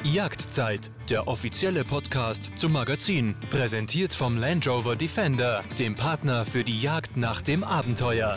Jagdzeit, der offizielle Podcast zum Magazin, präsentiert vom Land Rover Defender, dem Partner für die Jagd nach dem Abenteuer.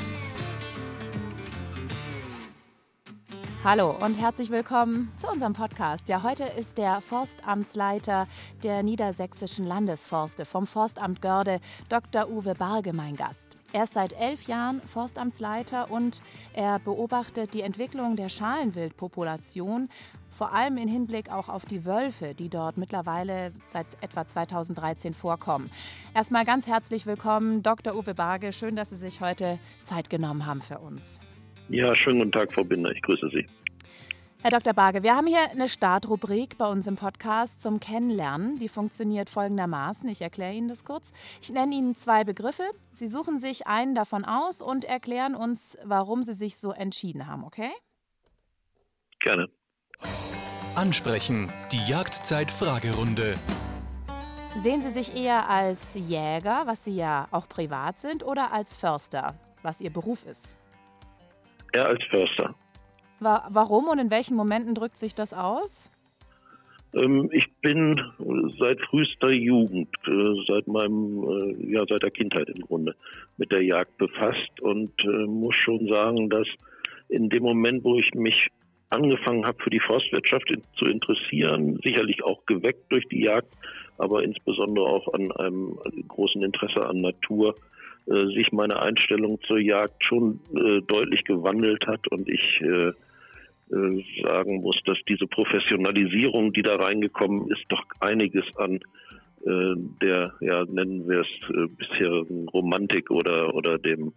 Hallo und herzlich willkommen zu unserem Podcast. Ja, heute ist der Forstamtsleiter der Niedersächsischen Landesforste vom Forstamt Görde, Dr. Uwe Barge, mein Gast. Er ist seit 11 Jahren Forstamtsleiter und er beobachtet die Entwicklung der Schalenwildpopulation, vor allem im Hinblick auch auf die Wölfe, die dort mittlerweile seit etwa 2013 vorkommen. Erstmal ganz herzlich willkommen, Dr. Uwe Barge. Schön, dass Sie sich heute Zeit genommen haben für uns. Ja, schönen guten Tag, Frau Binder. Ich grüße Sie. Herr Dr. Barge, wir haben hier eine Startrubrik bei uns im Podcast zum Kennenlernen. Die funktioniert folgendermaßen. Ich erkläre Ihnen das kurz. Ich nenne Ihnen 2 Begriffe. Sie suchen sich einen davon aus und erklären uns, warum Sie sich so entschieden haben, okay? Gerne. Ansprechen, die Jagdzeit-Fragerunde. Sehen Sie sich eher als Jäger, was Sie ja auch privat sind, oder als Förster, was Ihr Beruf ist? Er als Förster. Warum und in welchen Momenten drückt sich das aus? Ich bin seit frühester Jugend, seit der Kindheit im Grunde, mit der Jagd befasst und muss schon sagen, dass in dem Moment, wo ich mich angefangen habe, für die Forstwirtschaft zu interessieren, sicherlich auch geweckt durch die Jagd, aber insbesondere auch an einem großen Interesse an Natur, sich meine Einstellung zur Jagd schon deutlich gewandelt hat und ich sagen muss, dass diese Professionalisierung, die da reingekommen ist, doch einiges an der, nennen wir es, bisherigen Romantik oder dem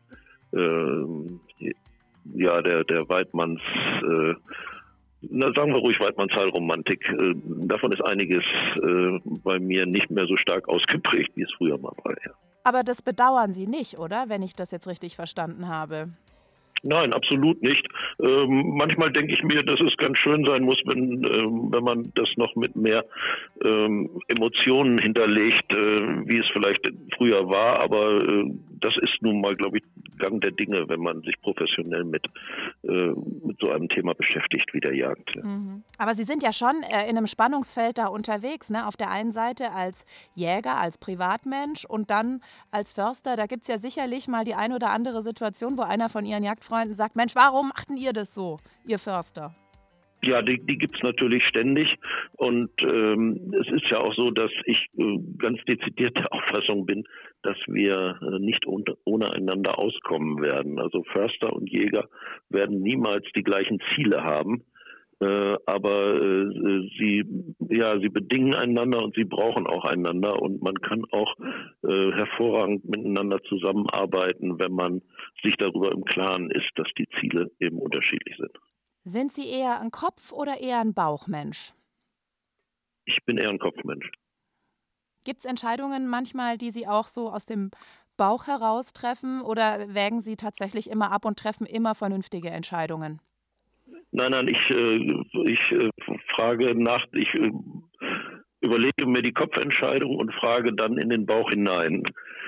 der Weidmanns, sagen wir ruhig Weidmannsheil-Romantik. Davon ist einiges bei mir nicht mehr so stark ausgeprägt, wie es früher mal war. Ja. Aber das bedauern Sie nicht, oder? Wenn ich das jetzt richtig verstanden habe. Nein, absolut nicht. Manchmal denke ich mir, dass es ganz schön sein muss, wenn man das noch mit mehr Emotionen hinterlegt, wie es vielleicht früher war. Aber das ist nun mal, glaube ich, Gang der Dinge, wenn man sich professionell mit so einem Thema beschäftigt wie der Jagd. Mhm. Aber Sie sind ja schon in einem Spannungsfeld da unterwegs, ne? Auf der einen Seite als Jäger, als Privatmensch und dann als Förster. Da gibt es ja sicherlich mal die ein oder andere Situation, wo einer von Ihren Jagdfreunden sagt, Mensch, warum machten ihr das so, ihr Förster? Ja, die gibt es natürlich ständig und es ist ja auch so, dass ich ganz dezidiert der Auffassung bin, dass wir nicht ohne einander auskommen werden. Also Förster und Jäger werden niemals die gleichen Ziele haben, aber sie bedingen einander und sie brauchen auch einander und man kann auch hervorragend miteinander zusammenarbeiten, wenn man sich darüber im Klaren ist, dass die Ziele eben unterschiedlich sind. Sind Sie eher ein Kopf- oder eher ein Bauchmensch? Ich bin eher ein Kopfmensch. Gibt es Entscheidungen manchmal, die Sie auch so aus dem Bauch heraus treffen oder wägen Sie tatsächlich immer ab und treffen immer vernünftige Entscheidungen? Nein, ich frage nach, ich überlege mir die Kopfentscheidung und frage dann in den Bauch hinein,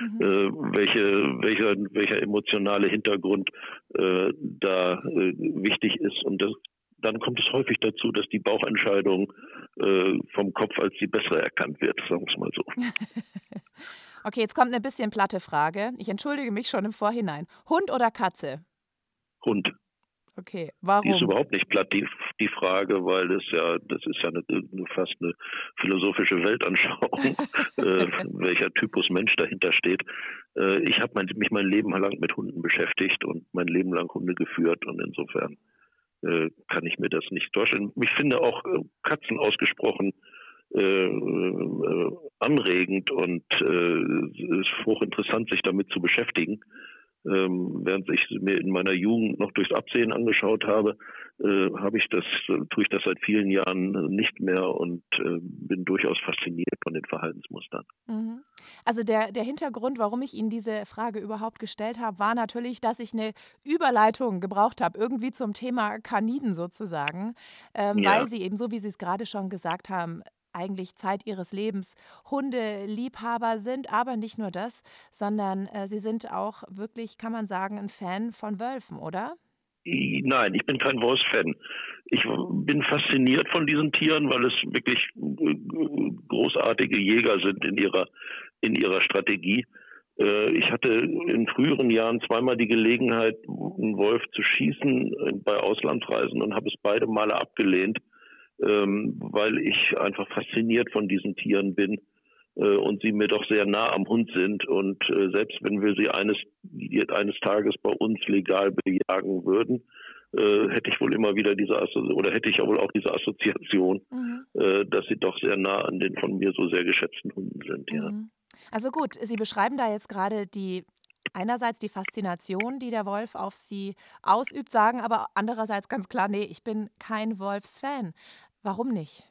welcher emotionale Hintergrund da wichtig ist. Und dann kommt es häufig dazu, dass die Bauchentscheidung vom Kopf als die bessere erkannt wird, sagen wir es mal so. Okay, jetzt kommt eine bisschen platte Frage. Ich entschuldige mich schon im Vorhinein. Hund oder Katze? Hund. Okay, warum? Die ist überhaupt nicht platt, die Frage, weil das ist ja fast eine philosophische Weltanschauung, welcher Typus Mensch dahinter steht. Ich habe mich mein Leben lang mit Hunden beschäftigt und mein Leben lang Hunde geführt und insofern kann ich mir das nicht vorstellen. Ich finde auch Katzen ausgesprochen anregend und es ist hochinteressant, sich damit zu beschäftigen. Während ich mir in meiner Jugend noch durchs Absehen angeschaut habe, tue ich das seit vielen Jahren nicht mehr und bin durchaus fasziniert von den Verhaltensmustern. Mhm. Also der Hintergrund, warum ich Ihnen diese Frage überhaupt gestellt habe, war natürlich, dass ich eine Überleitung gebraucht habe, irgendwie zum Thema Kaniden sozusagen, weil Sie eben, so wie Sie es gerade schon gesagt haben, eigentlich Zeit ihres Lebens Hundeliebhaber sind, aber nicht nur das, sondern Sie sind auch wirklich, kann man sagen, ein Fan von Wölfen, oder? Nein, ich bin kein Wolfsfan. Ich bin fasziniert von diesen Tieren, weil es wirklich großartige Jäger sind in ihrer Strategie. Ich hatte in früheren Jahren zweimal die Gelegenheit, einen Wolf zu schießen bei Auslandsreisen und habe es beide Male abgelehnt, weil ich einfach fasziniert von diesen Tieren bin und sie mir doch sehr nah am Hund sind. Und selbst wenn wir sie eines Tages bei uns legal bejagen würden, hätte ich wohl immer wieder hätte ich ja wohl auch diese Assoziation, dass sie doch sehr nah an den von mir so sehr geschätzten Hunden sind. Ja. Also gut, Sie beschreiben da jetzt gerade einerseits die Faszination, die der Wolf auf Sie ausübt, sagen aber andererseits ganz klar, nee, ich bin kein Wolfsfan. Warum nicht?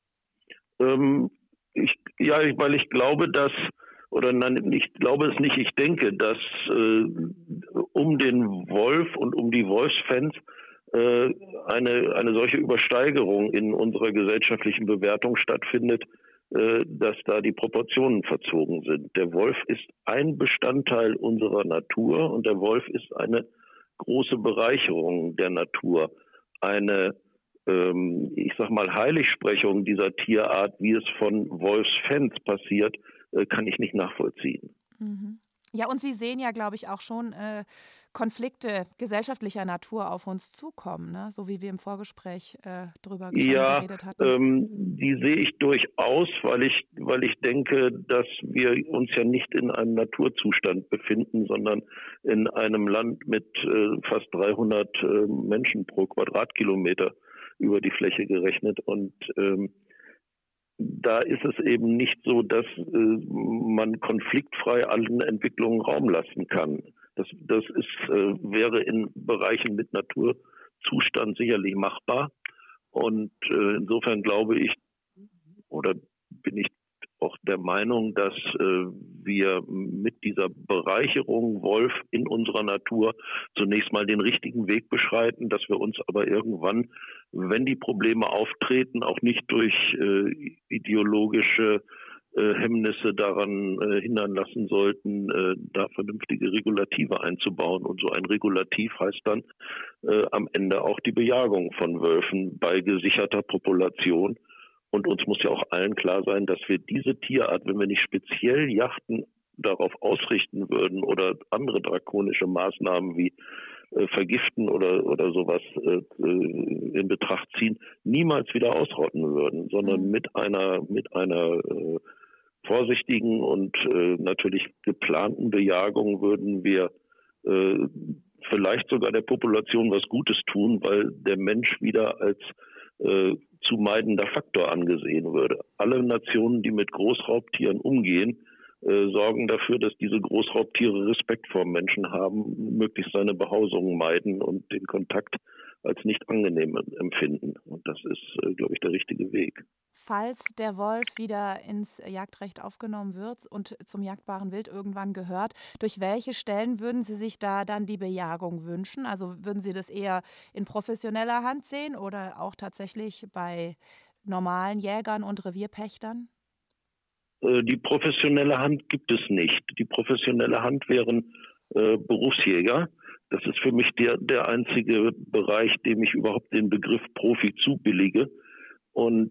Weil ich glaube, ich glaube es nicht, ich denke, dass um den Wolf und um die Wolfsfans eine solche Übersteigerung in unserer gesellschaftlichen Bewertung stattfindet, dass da die Proportionen verzogen sind. Der Wolf ist ein Bestandteil unserer Natur und der Wolf ist eine große Bereicherung der Natur. Eine ich sag mal, Heiligsprechung dieser Tierart, wie es von Wolfsfans passiert, kann ich nicht nachvollziehen. Ja, und Sie sehen ja, glaube ich, auch schon Konflikte gesellschaftlicher Natur auf uns zukommen, ne? So wie wir im Vorgespräch drüber geredet hatten. Die sehe ich durchaus, weil ich denke, dass wir uns ja nicht in einem Naturzustand befinden, sondern in einem Land mit fast 300 Menschen pro Quadratkilometer über die Fläche gerechnet. Und da ist es eben nicht so, dass man konfliktfrei allen Entwicklungen Raum lassen kann. Das wäre in Bereichen mit Naturzustand sicherlich machbar. Und insofern glaube ich, oder bin ich auch der Meinung, dass wir mit dieser Bereicherung Wolf in unserer Natur zunächst mal den richtigen Weg beschreiten, dass wir uns aber irgendwann, wenn die Probleme auftreten, auch nicht durch ideologische Hemmnisse daran hindern lassen sollten, da vernünftige Regulative einzubauen. Und so ein Regulativ heißt dann am Ende auch die Bejagung von Wölfen bei gesicherter Population. Und uns muss ja auch allen klar sein, dass wir diese Tierart, wenn wir nicht speziell Jachten darauf ausrichten würden oder andere drakonische Maßnahmen wie vergiften oder sowas in Betracht ziehen, niemals wieder ausrotten würden, sondern mit einer vorsichtigen und natürlich geplanten Bejagung würden wir vielleicht sogar der Population was Gutes tun, weil der Mensch wieder als zu meidender Faktor angesehen würde. Alle Nationen, die mit Großraubtieren umgehen, sorgen dafür, dass diese Großraubtiere Respekt vor Menschen haben, möglichst seine Behausung meiden und den Kontakt als nicht angenehm empfinden. Und das ist, glaube ich, der richtige Weg. Falls der Wolf wieder ins Jagdrecht aufgenommen wird und zum jagdbaren Wild irgendwann gehört, durch welche Stellen würden Sie sich da dann die Bejagung wünschen? Also würden Sie das eher in professioneller Hand sehen oder auch tatsächlich bei normalen Jägern und Revierpächtern? Die professionelle Hand gibt es nicht. Die professionelle Hand wären Berufsjäger. Das ist für mich der einzige Bereich, dem ich überhaupt den Begriff Profi zubillige. Und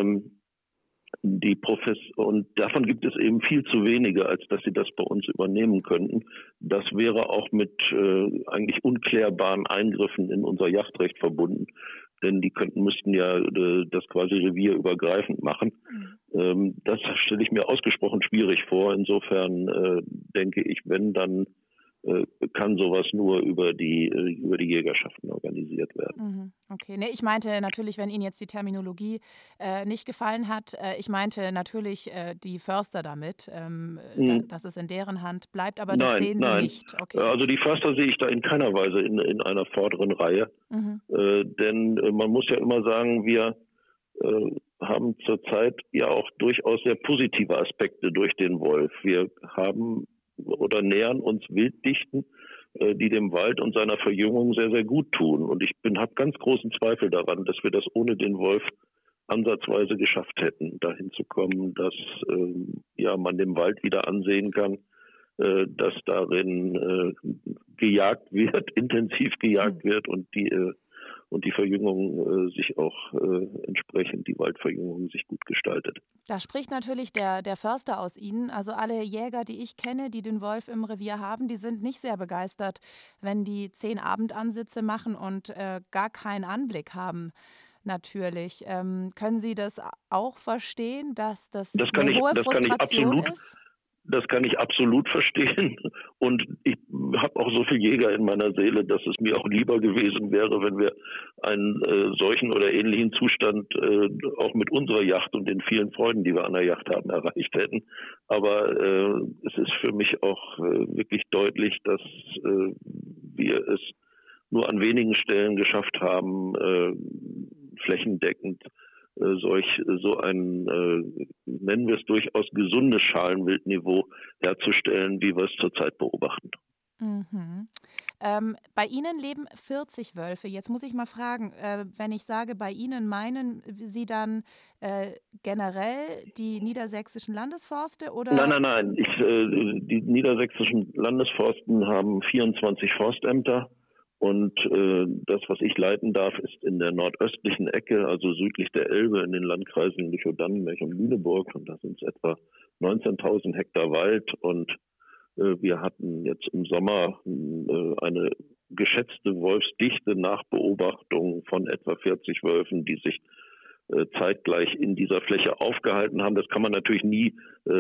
und davon gibt es eben viel zu wenige, als dass sie das bei uns übernehmen könnten. Das wäre auch mit eigentlich unklärbaren Eingriffen in unser Jagdrecht verbunden, denn die müssten ja das quasi revierübergreifend machen. Das stelle ich mir ausgesprochen schwierig vor. Insofern denke ich, wenn dann kann sowas nur über die Jägerschaften organisiert werden. Okay, nee, ich meinte natürlich, wenn Ihnen jetzt die Terminologie nicht gefallen hat, ich meinte natürlich die Förster damit, dass es in deren Hand bleibt, aber das sehen Sie nicht. Okay. Also die Förster sehe ich da in keiner Weise in einer vorderen Reihe, denn man muss ja immer sagen, wir haben zurzeit ja auch durchaus sehr positive Aspekte durch den Wolf. Wir haben oder nähern uns Wilddichten, die dem Wald und seiner Verjüngung sehr, sehr gut tun. Und ich habe ganz großen Zweifel daran, dass wir das ohne den Wolf ansatzweise geschafft hätten, dahin zu kommen, dass man dem Wald wieder ansehen kann, dass darin gejagt wird, intensiv gejagt wird und die Verjüngung sich auch entsprechend, die Waldverjüngung sich gut gestaltet. Da spricht natürlich der Förster aus Ihnen. Also alle Jäger, die ich kenne, die den Wolf im Revier haben, die sind nicht sehr begeistert, wenn die 10 Abendansitze machen und gar keinen Anblick haben. Natürlich. Können Sie das auch verstehen, dass das eine hohe Frustration ist? Das kann ich absolut verstehen. Und ich habe auch so viel Jäger in meiner Seele, dass es mir auch lieber gewesen wäre, wenn wir einen solchen oder ähnlichen Zustand auch mit unserer Yacht und den vielen Freunden, die wir an der Yacht haben, erreicht hätten. Aber es ist für mich auch wirklich deutlich, dass wir es nur an wenigen Stellen geschafft haben, flächendeckend so ein, nennen wir es durchaus gesundes Schalenwildniveau herzustellen, wie wir es zurzeit beobachten. Mhm. Bei Ihnen leben 40 Wölfe. Jetzt muss ich mal fragen, wenn ich sage bei Ihnen, meinen Sie dann generell die niedersächsischen Landesforste? Oder? Nein. Die niedersächsischen Landesforsten haben 24 Forstämter. Und das, was ich leiten darf, ist in der nordöstlichen Ecke, also südlich der Elbe, in den Landkreisen Lüchow-Dannenberg und Lüneburg. Und da sind es etwa 19.000 Hektar Wald. Und wir hatten jetzt im Sommer eine geschätzte Wolfsdichte nach Beobachtung von etwa 40 Wölfen, die sich zeitgleich in dieser Fläche aufgehalten haben. Das kann man natürlich nie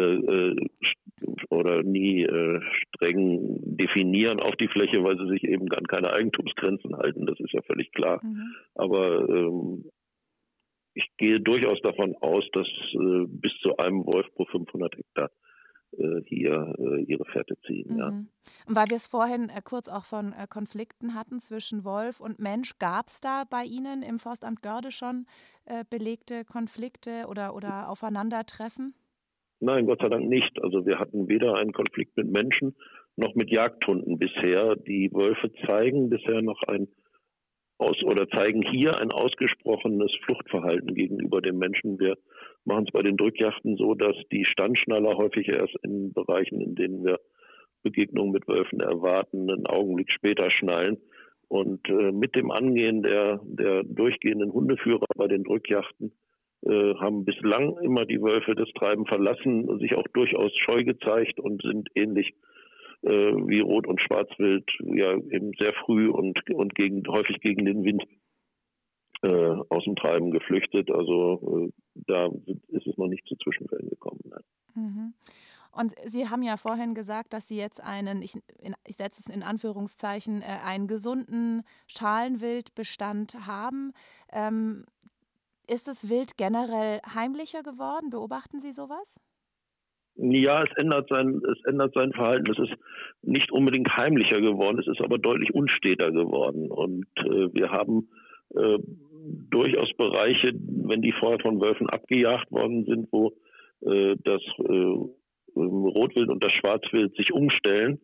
streng definieren auf die Fläche, weil sie sich eben an keine Eigentumsgrenzen halten. Das ist ja völlig klar. Mhm. Aber ich gehe durchaus davon aus, dass bis zu einem Wolf pro 500 Hektar hier ihre Fährte ziehen. Mhm. Ja. Und weil wir es vorhin kurz auch von Konflikten hatten zwischen Wolf und Mensch, gab es da bei Ihnen im Forstamt Görde schon belegte Konflikte oder Aufeinandertreffen? Nein, Gott sei Dank nicht. Also wir hatten weder einen Konflikt mit Menschen noch mit Jagdhunden bisher. Die Wölfe zeigen bisher noch zeigen hier ein ausgesprochenes Fluchtverhalten gegenüber dem Menschen. Wir machen es bei den Drückjachten so, dass die Standschnaller häufig erst in Bereichen, in denen wir Begegnungen mit Wölfen erwarten, einen Augenblick später schnallen. Und mit dem Angehen der durchgehenden Hundeführer bei den Drückjachten haben bislang immer die Wölfe das Treiben verlassen, sich auch durchaus scheu gezeigt und sind ähnlich wie Rot- und Schwarzwild ja eben sehr früh und häufig gegen den Wind aus dem Treiben geflüchtet. Also da ist es noch nicht zu Zwischenfällen gekommen. Nein. Mhm. Und Sie haben ja vorhin gesagt, dass Sie jetzt ich setze es in Anführungszeichen, einen gesunden Schalenwildbestand haben. Ist das Wild generell heimlicher geworden? Beobachten Sie sowas? Ja, es ändert sein Verhalten. Es ist nicht unbedingt heimlicher geworden, es ist aber deutlich unsteter geworden. Und wir haben durchaus Bereiche, wenn die vorher von Wölfen abgejagt worden sind, wo das Rotwild und das Schwarzwild sich umstellen.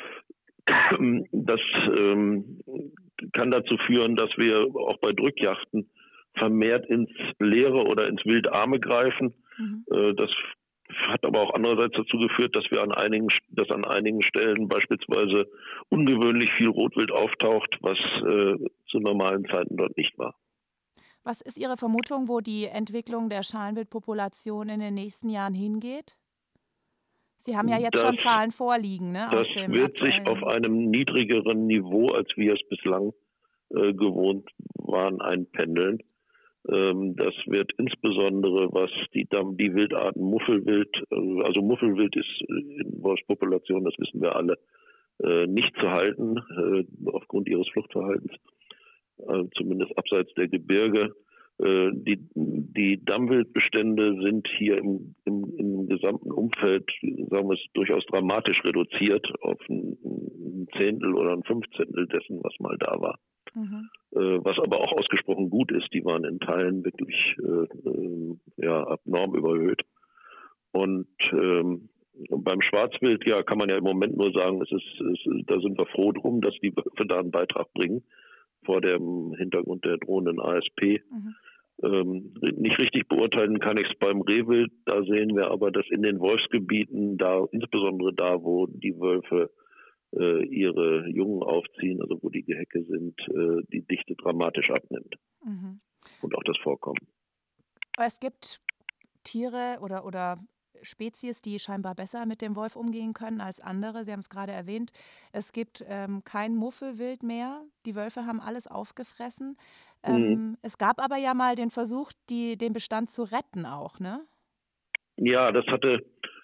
Das kann dazu führen, dass wir auch bei Drückjachten vermehrt ins Leere oder ins Wildarme greifen. Mhm. Das hat aber auch andererseits dazu geführt, dass an einigen Stellen beispielsweise ungewöhnlich viel Rotwild auftaucht, was zu normalen Zeiten dort nicht war. Was ist Ihre Vermutung, wo die Entwicklung der Schalenwildpopulation in den nächsten Jahren hingeht? Sie haben ja jetzt schon Zahlen vorliegen, ne? Das wird sich auf einem niedrigeren Niveau, als wir es bislang gewohnt waren, einpendeln. Das wird insbesondere, was die Wildarten Muffelwild, also Muffelwild ist in Wolfspopulationen, das wissen wir alle, nicht zu halten, aufgrund ihres Fluchtverhaltens, zumindest abseits der Gebirge. Die Dammwildbestände sind hier im gesamten Umfeld, sagen wir es, durchaus dramatisch reduziert auf ein Zehntel oder ein Fünfzehntel dessen, was mal da war. Mhm. Was aber auch ausgesprochen gut ist. Die waren in Teilen wirklich abnorm überhöht. Und beim Schwarzwild, ja, kann man ja im Moment nur sagen, da sind wir froh drum, dass die Wölfe da einen Beitrag bringen vor dem Hintergrund der drohenden ASP. Mhm. Nicht richtig beurteilen kann ich es beim Rehwild. Da sehen wir aber, dass in den Wolfsgebieten, da insbesondere da, wo die Wölfe ihre Jungen aufziehen, also wo die Gehecke sind, die Dichte dramatisch abnimmt. Mhm. Und auch das Vorkommen. Es gibt Tiere oder Spezies, die scheinbar besser mit dem Wolf umgehen können als andere. Sie haben es gerade erwähnt. Es gibt kein Muffelwild mehr. Die Wölfe haben alles aufgefressen. Es gab aber ja mal den Versuch, den Bestand zu retten auch, ne? Ja, das hatte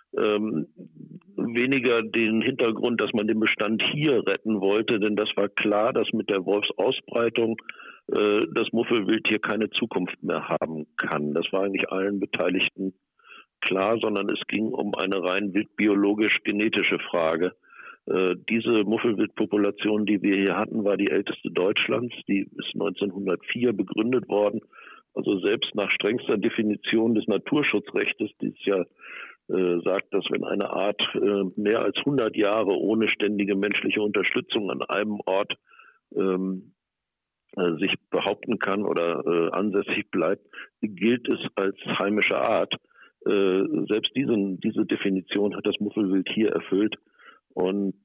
weniger den Hintergrund, dass man den Bestand hier retten wollte, denn das war klar, dass mit der Wolfsausbreitung das Muffelwild hier keine Zukunft mehr haben kann. Das war eigentlich allen Beteiligten klar, sondern es ging um eine rein wildbiologisch-genetische Frage. Diese Muffelwildpopulation, die wir hier hatten, war die älteste Deutschlands. Die ist 1904 begründet worden. Also selbst nach strengster Definition des Naturschutzrechts, die es ja sagt, dass wenn eine Art mehr als 100 Jahre ohne ständige menschliche Unterstützung an einem Ort sich behaupten kann oder ansässig bleibt, gilt es als heimische Art. Selbst diese Definition hat das Muffelwild hier erfüllt. Und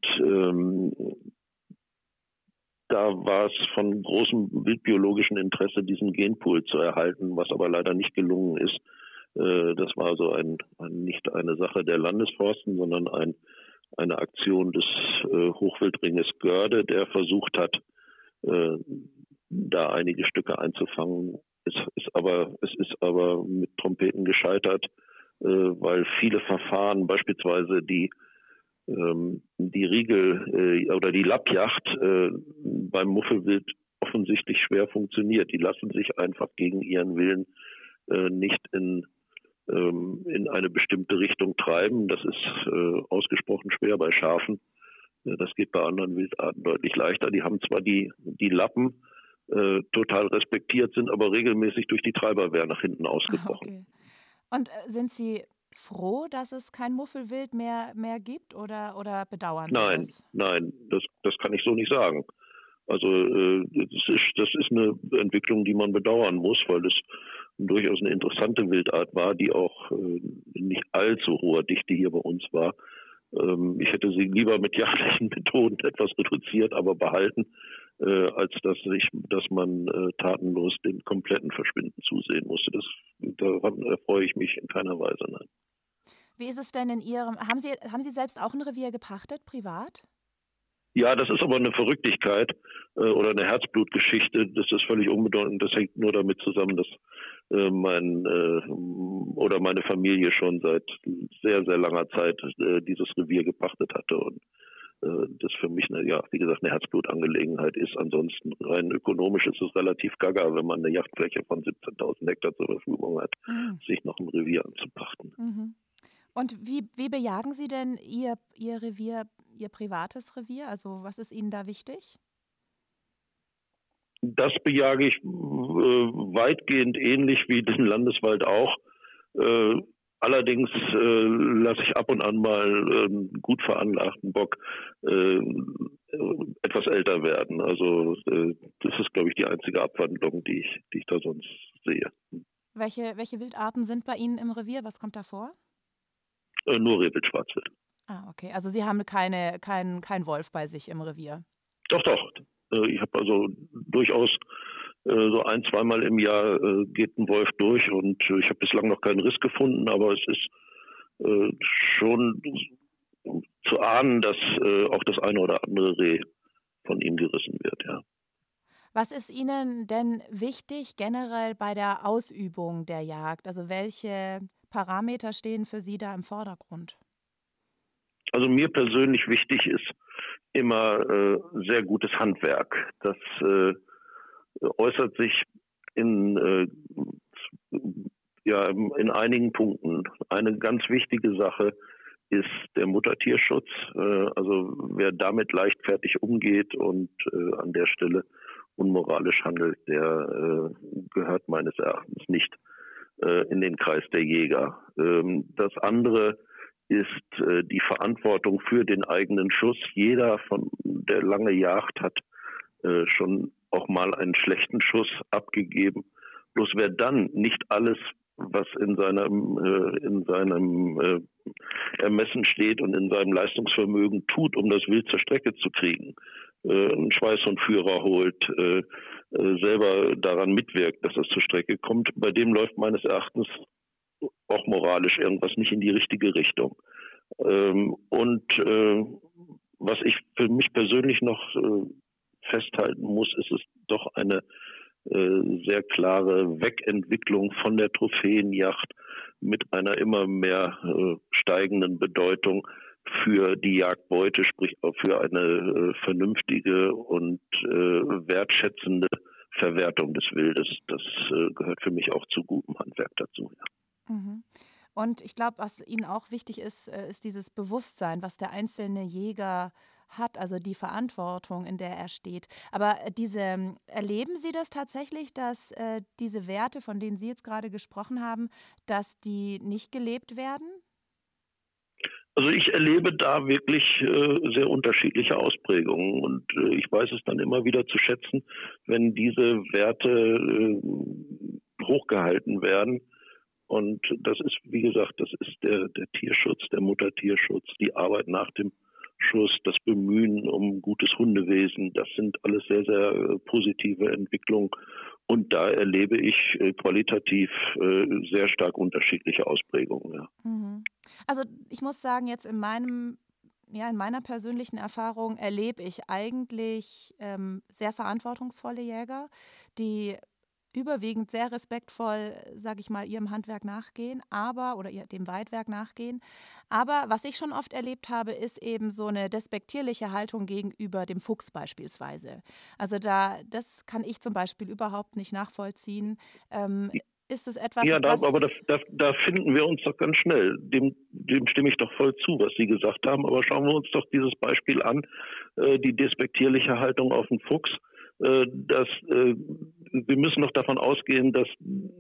da war es von großem wildbiologischen Interesse, diesen Genpool zu erhalten, was aber leider nicht gelungen ist. Das war also nicht eine Sache der Landesforsten, sondern eine Aktion des Hochwildringes Görde, der versucht hat, da einige Stücke einzufangen. Es ist aber mit Trompeten gescheitert, weil viele Verfahren, beispielsweise die Riegel oder die Lappjacht beim Muffelwild offensichtlich schwer funktioniert. Die lassen sich einfach gegen ihren Willen nicht in eine bestimmte Richtung treiben. Das ist ausgesprochen schwer bei Schafen. Das geht bei anderen Wildarten deutlich leichter. Die haben zwar die Lappen total respektiert, sind aber regelmäßig durch die Treiberwehr nach hinten ausgebrochen. Okay. Und sind Sie froh, dass es kein Muffelwild mehr gibt oder bedauern Sie das? Nein, das kann ich so nicht sagen. Also das ist eine Entwicklung, die man bedauern muss, weil es durchaus eine interessante Wildart war, die auch nicht allzu hoher Dichte hier bei uns war. Ich hätte sie lieber mit jagdlichen Methoden etwas reduziert, aber behalten, als dass man tatenlos dem kompletten Verschwinden zusehen musste. Daran erfreue ich mich in keiner Weise, nein. Wie ist es denn in Ihrem, haben Sie selbst auch ein Revier gepachtet, privat? Ja, das ist aber eine Verrücktigkeit oder eine Herzblutgeschichte. Das ist völlig unbedeutend. Das hängt nur damit zusammen, dass meine Familie schon seit sehr, sehr langer Zeit dieses Revier gepachtet hatte und das für mich eine Herzblutangelegenheit ist. Ansonsten rein ökonomisch ist es relativ gaga, wenn man eine Yachtfläche von 17.000 Hektar zur Verfügung hat, sich noch ein Revier anzupachten. Mhm. Und wie bejagen Sie denn Ihr Revier, Ihr privates Revier? Also was ist Ihnen da wichtig? Das bejage ich weitgehend ähnlich wie den Landeswald auch. Allerdings lasse ich ab und an mal einen gut veranlagten Bock etwas älter werden. Also das ist, glaube ich, die einzige Abwandlung, die ich da sonst sehe. Welche Wildarten sind bei Ihnen im Revier? Was kommt da vor? Nur Rehwild, Schwarzwild. Ah, okay. Also Sie haben kein Wolf bei sich im Revier? Doch. Ich habe also durchaus so ein-, zweimal im Jahr geht ein Wolf durch und ich habe bislang noch keinen Riss gefunden, aber es ist schon zu ahnen, dass auch das eine oder andere Reh von ihm gerissen wird, ja. Was ist Ihnen denn wichtig generell bei der Ausübung der Jagd? Also welche Parameter stehen für Sie da im Vordergrund? Also mir persönlich wichtig ist immer sehr gutes Handwerk. Das äußert sich in einigen Punkten. Eine ganz wichtige Sache ist der Muttertierschutz. Also wer damit leichtfertig umgeht und an der Stelle unmoralisch handelt, der gehört meines Erachtens nicht in den Kreis der Jäger. Das andere ist die Verantwortung für den eigenen Schuss. Jeder, der lange Jagd hat, schon auch mal einen schlechten Schuss abgegeben. Bloß wer dann nicht alles, was in seinem Ermessen steht und in seinem Leistungsvermögen tut, um das Wild zur Strecke zu kriegen, einen Schweißhundführer holt, selber daran mitwirkt, dass es zur Strecke kommt, bei dem läuft meines Erachtens auch moralisch irgendwas nicht in die richtige Richtung. Was ich für mich persönlich noch festhalten muss, ist es doch eine sehr klare Wegentwicklung von der Trophäenjacht mit einer immer mehr steigenden Bedeutung für die Jagdbeute, sprich auch für eine vernünftige und wertschätzende Verwertung des Wildes. Das gehört für mich auch zu gutem Handwerk dazu. Ja. Mhm. Und ich glaube, was Ihnen auch wichtig ist, ist dieses Bewusstsein, was der einzelne Jäger hat, also die Verantwortung, in der er steht. Aber erleben Sie das tatsächlich, dass diese Werte, von denen Sie jetzt gerade gesprochen haben, dass die nicht gelebt werden? Also ich erlebe da wirklich sehr unterschiedliche Ausprägungen und ich weiß es dann immer wieder zu schätzen, wenn diese Werte hochgehalten werden. Und das ist, wie gesagt, das ist der Tierschutz, der Muttertierschutz, die Arbeit nach dem Schuss, das Bemühen um gutes Hundewesen. Das sind alles sehr, sehr positive Entwicklungen. Und da erlebe ich qualitativ sehr stark unterschiedliche Ausprägungen. Ja. Mhm. Also ich muss sagen, jetzt in meiner persönlichen Erfahrung erlebe ich eigentlich sehr verantwortungsvolle Jäger, die überwiegend sehr respektvoll, sage ich mal, ihrem Handwerk nachgehen, oder dem Weidwerk nachgehen. Aber was ich schon oft erlebt habe, ist eben so eine despektierliche Haltung gegenüber dem Fuchs beispielsweise. Also das kann ich zum Beispiel überhaupt nicht nachvollziehen. Ist es etwas, ja, aber da finden wir uns doch ganz schnell. Dem stimme ich doch voll zu, was Sie gesagt haben. Aber schauen wir uns doch dieses Beispiel an, die despektierliche Haltung auf den Fuchs. Wir müssen doch davon ausgehen, dass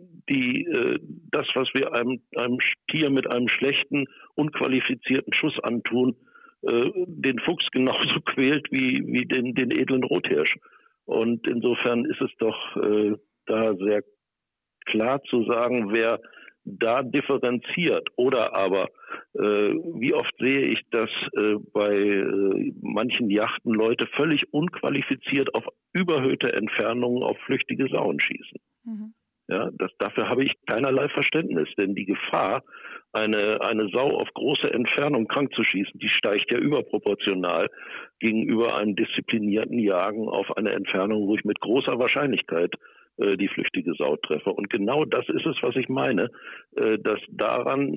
das, was wir einem Tier mit einem schlechten, unqualifizierten Schuss antun, den Fuchs genauso quält wie den edlen Rothirsch. Und insofern ist es doch da sehr klar zu sagen, wer da differenziert. Oder aber, wie oft sehe ich, dass bei manchen Yachten Leute völlig unqualifiziert auf überhöhte Entfernungen auf flüchtige Sauen schießen. Mhm. Ja, dafür habe ich keinerlei Verständnis, denn die Gefahr, eine Sau auf große Entfernung krank zu schießen, die steigt ja überproportional gegenüber einem disziplinierten Jagen auf eine Entfernung, wo ich mit großer Wahrscheinlichkeit die flüchtige Sau treffe. Und genau das ist es, was ich meine, dass daran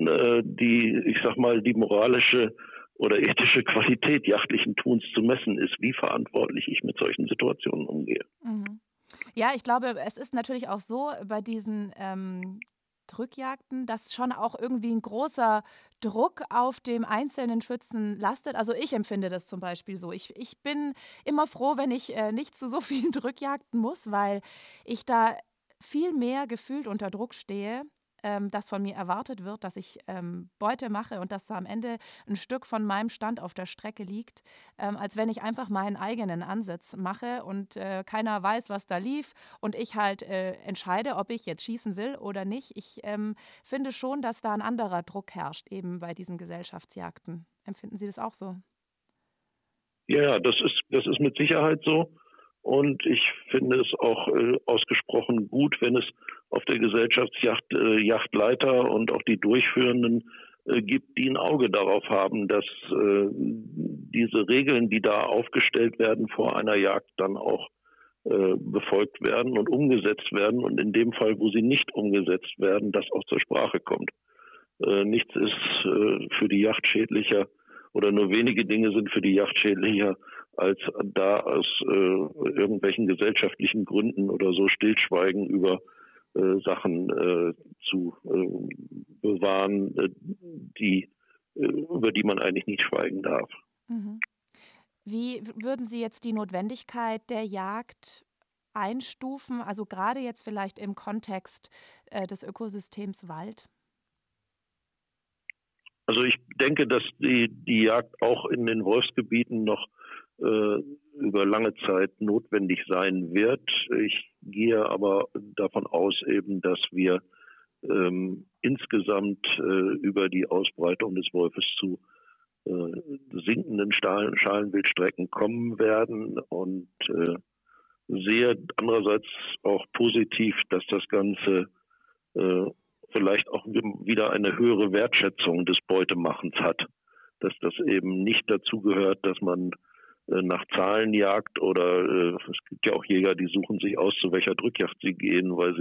die moralische oder ethische Qualität jachtlichen Tuns zu messen ist, wie verantwortlich ich mit solchen Situationen umgehe. Mhm. Ja, ich glaube, es ist natürlich auch so bei diesen Drückjagden, dass schon auch irgendwie ein großer Druck auf dem einzelnen Schützen lastet. Also ich empfinde das zum Beispiel so. Ich bin immer froh, wenn ich nicht zu so vielen Drückjagden muss, weil ich da viel mehr gefühlt unter Druck stehe, dass von mir erwartet wird, dass ich Beute mache und dass da am Ende ein Stück von meinem Stand auf der Strecke liegt, als wenn ich einfach meinen eigenen Ansatz mache und keiner weiß, was da lief und ich halt entscheide, ob ich jetzt schießen will oder nicht. Ich finde schon, dass da ein anderer Druck herrscht, eben bei diesen Gesellschaftsjagden. Empfinden Sie das auch so? Ja, das ist mit Sicherheit so. Und ich finde es auch ausgesprochen gut, wenn es auf der Gesellschaftsjacht Yachtleiter und auch die Durchführenden gibt, die ein Auge darauf haben, dass diese Regeln, die da aufgestellt werden vor einer Jagd, dann auch befolgt werden und umgesetzt werden. Und in dem Fall, wo sie nicht umgesetzt werden, das auch zur Sprache kommt. Nichts ist für die Yacht schädlicher oder nur wenige Dinge sind für die Yacht schädlicher, als da aus irgendwelchen gesellschaftlichen Gründen oder so Stillschweigen über Sachen zu bewahren, über die man eigentlich nicht schweigen darf. Mhm. Wie würden Sie jetzt die Notwendigkeit der Jagd einstufen, also gerade jetzt vielleicht im Kontext des Ökosystems Wald? Also ich denke, dass die Jagd auch in den Wolfsgebieten noch über lange Zeit notwendig sein wird. Ich gehe aber davon aus eben, dass wir insgesamt über die Ausbreitung des Wolfes zu sinkenden Schalenwildstrecken kommen werden und sehe andererseits auch positiv, dass das Ganze vielleicht auch wieder eine höhere Wertschätzung des Beutemachens hat, dass das eben nicht dazu gehört, dass man nach Zahlen jagt oder es gibt ja auch Jäger, die suchen sich aus, zu welcher Drückjagd sie gehen, weil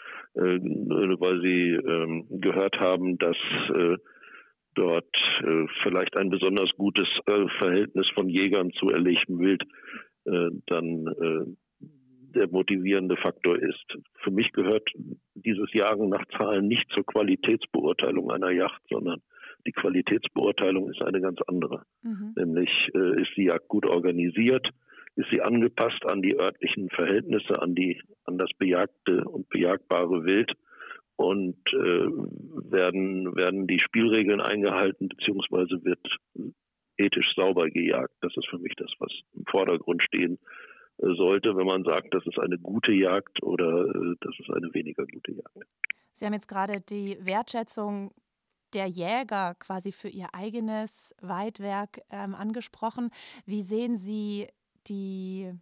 sie gehört haben, dass dort vielleicht ein besonders gutes Verhältnis von Jägern zu erlegtem Wild dann der motivierende Faktor ist. Für mich gehört dieses Jagen nach Zahlen nicht zur Qualitätsbeurteilung einer Jagd, sondern die Qualitätsbeurteilung ist eine ganz andere. Nämlich ist die Jagd gut organisiert, ist sie angepasst an die örtlichen Verhältnisse, an das bejagte und bejagbare Wild und werden die Spielregeln eingehalten, beziehungsweise wird ethisch sauber gejagt. Das ist für mich das, was im Vordergrund stehen sollte, wenn man sagt, das ist eine gute Jagd oder das ist eine weniger gute Jagd. Sie haben jetzt gerade die Wertschätzung der Jäger quasi für ihr eigenes Weidwerk angesprochen. Wie sehen Sie die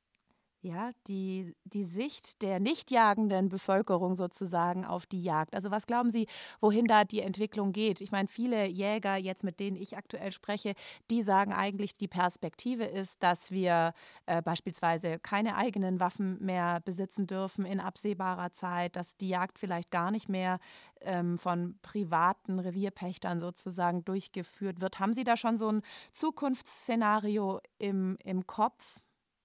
Sicht der nicht jagenden Bevölkerung sozusagen auf die Jagd? Also was glauben Sie, wohin da die Entwicklung geht? Ich meine, viele Jäger, jetzt mit denen ich aktuell spreche, die sagen eigentlich, die Perspektive ist, dass wir beispielsweise keine eigenen Waffen mehr besitzen dürfen in absehbarer Zeit, dass die Jagd vielleicht gar nicht mehr von privaten Revierpächtern sozusagen durchgeführt wird. Haben Sie da schon so ein Zukunftsszenario im Kopf?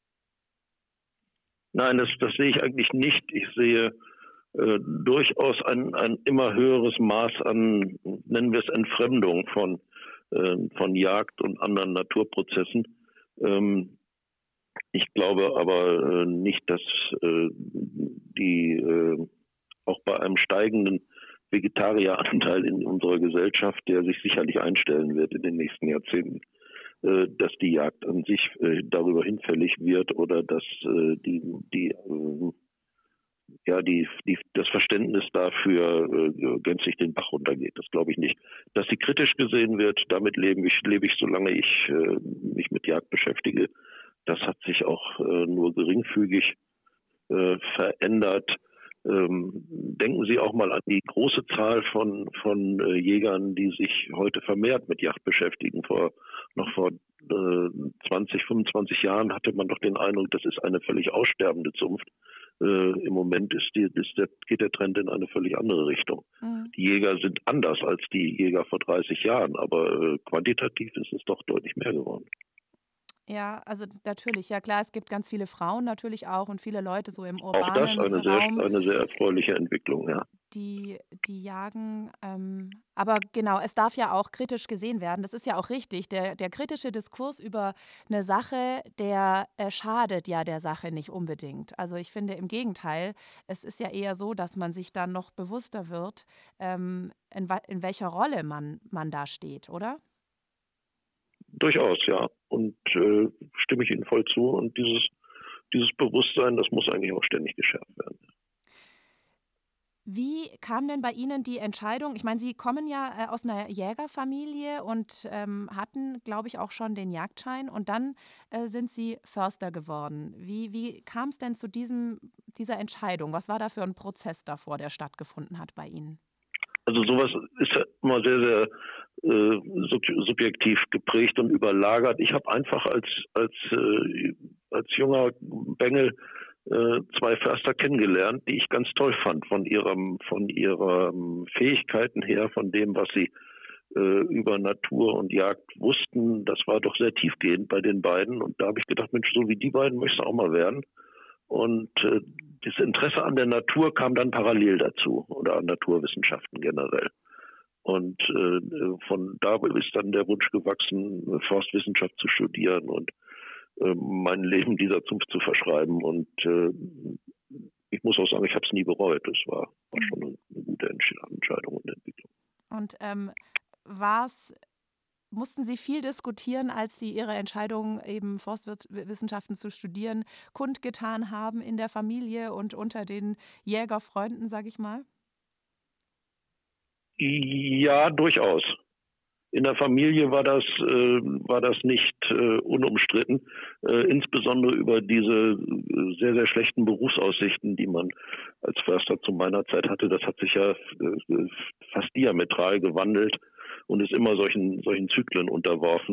Nein, das sehe ich eigentlich nicht. Ich sehe durchaus ein immer höheres Maß an, nennen wir es Entfremdung von Jagd und anderen Naturprozessen. Ich glaube aber nicht, dass auch bei einem steigenden Vegetarieranteil in unserer Gesellschaft, der sich sicherlich einstellen wird in den nächsten Jahrzehnten, dass die Jagd an sich darüber hinfällig wird oder dass das Verständnis dafür gänzlich den Bach runtergeht. Das glaube ich nicht. Dass sie kritisch gesehen wird, damit lebe ich, solange ich mich mit Jagd beschäftige. Das hat sich auch nur geringfügig verändert. Denken Sie auch mal an die große Zahl von Jägern, die sich heute vermehrt mit Jagd beschäftigen. Noch vor 20, 25 Jahren hatte man doch den Eindruck, das ist eine völlig aussterbende Zunft. Im Moment geht der Trend in eine völlig andere Richtung. Die Jäger sind anders als die Jäger vor 30 Jahren, aber quantitativ ist es doch deutlich mehr geworden. Ja, also natürlich, ja klar, es gibt ganz viele Frauen natürlich auch und viele Leute so im urbanen Auch das Raum, eine sehr erfreuliche Entwicklung, ja. die jagen. Aber genau, es darf ja auch kritisch gesehen werden. Das ist ja auch richtig. Der kritische Diskurs über eine Sache, der schadet ja der Sache nicht unbedingt. Also ich finde im Gegenteil, es ist ja eher so, dass man sich dann noch bewusster wird, in welcher Rolle man da steht, oder? Durchaus, ja. Und stimme ich Ihnen voll zu. Und dieses Bewusstsein, das muss eigentlich auch ständig geschärft werden. Wie kam denn bei Ihnen die Entscheidung? Ich meine, Sie kommen ja aus einer Jägerfamilie und hatten, glaube ich, auch schon den Jagdschein. Und dann sind Sie Förster geworden. Wie kam es denn zu dieser Entscheidung? Was war da für ein Prozess davor, der stattgefunden hat bei Ihnen? Also sowas ist ja immer sehr, sehr subjektiv geprägt und überlagert. Ich habe einfach als junger Bengel zwei Förster kennengelernt, die ich ganz toll fand von ihren Fähigkeiten her, von dem, was sie über Natur und Jagd wussten. Das war doch sehr tiefgehend bei den beiden. Und da habe ich gedacht, Mensch, so wie die beiden möchte ich auch mal werden. Und das Interesse an der Natur kam dann parallel dazu oder an Naturwissenschaften generell. Und von da ist dann der Wunsch gewachsen, Forstwissenschaft zu studieren und mein Leben dieser Zunft zu verschreiben. Und ich muss auch sagen, ich habe es nie bereut. Das war schon eine gute Entscheidung und Entwicklung. Und mussten Sie viel diskutieren, als Sie Ihre Entscheidung, eben Forstwissenschaften zu studieren, kundgetan haben in der Familie und unter den Jägerfreunden, sage ich mal? Ja, durchaus. In der Familie war das nicht unumstritten, insbesondere über diese sehr, sehr schlechten Berufsaussichten, die man als Förster zu meiner Zeit hatte. Das hat sich ja fast diametral gewandelt und ist immer solchen Zyklen unterworfen.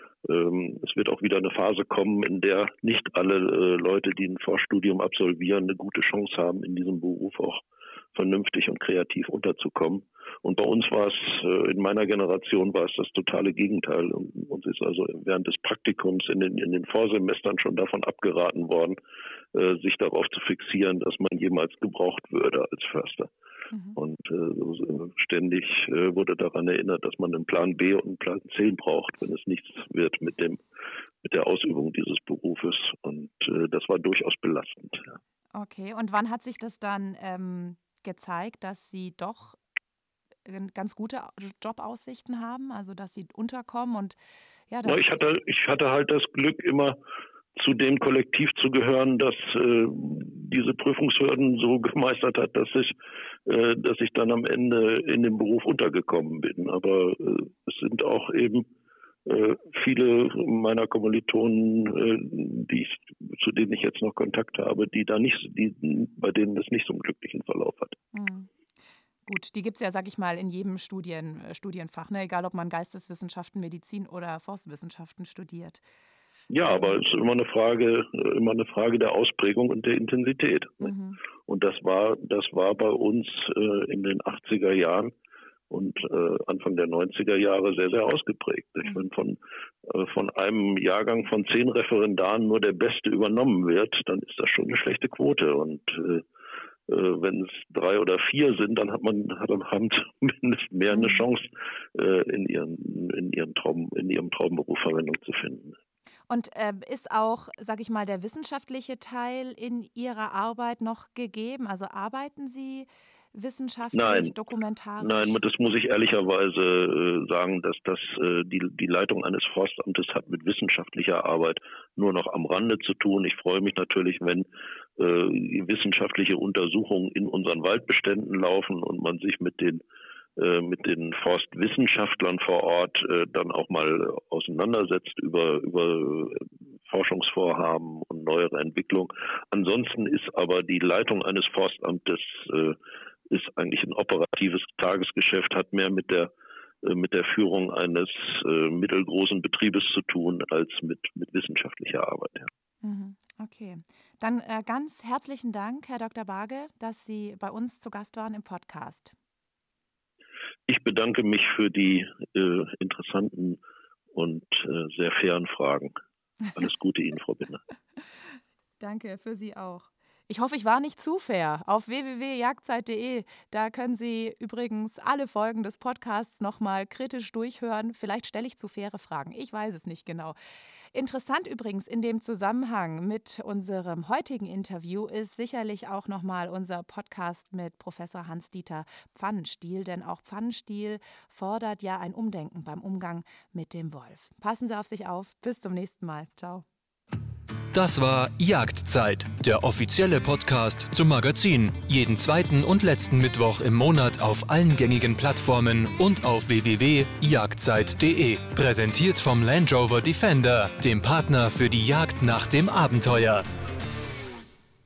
Es wird auch wieder eine Phase kommen, in der nicht alle Leute, die ein Forststudium absolvieren, eine gute Chance haben, in diesem Beruf auch vernünftig und kreativ unterzukommen. Und bei uns war es, in meiner Generation war es das totale Gegenteil. Uns ist also während des Praktikums in den Vorsemestern schon davon abgeraten worden, sich darauf zu fixieren, dass man jemals gebraucht würde als Förster. Und ständig wurde daran erinnert, dass man einen Plan B und einen Plan C braucht, wenn es nichts wird mit der Ausübung dieses Berufes. Und das war durchaus belastend. Ja. Okay, und wann hat sich das dann gezeigt, dass Sie doch ganz gute Jobaussichten haben, also dass Sie unterkommen und ja, das ich hatte halt das Glück, immer zu dem Kollektiv zu gehören, das diese Prüfungshürden so gemeistert hat, dass ich dann am Ende in dem Beruf untergekommen bin. Aber es sind auch eben viele meiner Kommilitonen, zu denen ich jetzt noch Kontakt habe, bei denen das nicht so einen glücklichen Verlauf hat. Mhm. Gut, die gibt es ja, sag ich mal, in jedem Studienfach, ne? Egal ob man Geisteswissenschaften, Medizin oder Forstwissenschaften studiert. Ja, aber es ist immer eine Frage der Ausprägung und der Intensität. Mhm. Und das war bei uns in den 80er Jahren und Anfang der 90er Jahre sehr, sehr ausgeprägt. Wenn von einem Jahrgang von 10 Referendaren nur der Beste übernommen wird, dann ist das schon eine schlechte Quote. Und wenn es 3 oder 4 sind, dann haben zumindest mehr eine Chance, in ihrem Traumberuf Verwendung zu finden. Und ist auch, sage ich mal, der wissenschaftliche Teil in Ihrer Arbeit noch gegeben? Also arbeiten Sie wissenschaftlich, dokumentarisch? Nein, das muss ich ehrlicherweise sagen, dass die Leitung eines Forstamtes hat mit wissenschaftlicher Arbeit nur noch am Rande zu tun. Ich freue mich natürlich, wenn wissenschaftliche Untersuchungen in unseren Waldbeständen laufen und man sich mit den Forstwissenschaftlern vor Ort dann auch mal auseinandersetzt über Forschungsvorhaben und neuere Entwicklungen. Ansonsten ist aber die Leitung eines Forstamtes ist eigentlich ein operatives Tagesgeschäft, hat mehr mit der Führung eines mittelgroßen Betriebes zu tun als mit wissenschaftlicher Arbeit. Ja. Okay, dann ganz herzlichen Dank, Herr Dr. Barge, dass Sie bei uns zu Gast waren im Podcast. Ich bedanke mich für die interessanten und sehr fairen Fragen. Alles Gute Ihnen, Frau Binder. Danke, für Sie auch. Ich hoffe, ich war nicht zu fair. Auf www.jagdzeit.de, da können Sie übrigens alle Folgen des Podcasts nochmal kritisch durchhören. Vielleicht stelle ich zu faire Fragen, ich weiß es nicht genau. Interessant übrigens in dem Zusammenhang mit unserem heutigen Interview ist sicherlich auch nochmal unser Podcast mit Professor Hans-Dieter Pfannenstiel, denn auch Pfannenstiel fordert ja ein Umdenken beim Umgang mit dem Wolf. Passen Sie auf sich auf, bis zum nächsten Mal. Ciao. Das war Jagdzeit, der offizielle Podcast zum Magazin. Jeden zweiten und letzten Mittwoch im Monat auf allen gängigen Plattformen und auf www.jagdzeit.de. Präsentiert vom Land Rover Defender, dem Partner für die Jagd nach dem Abenteuer.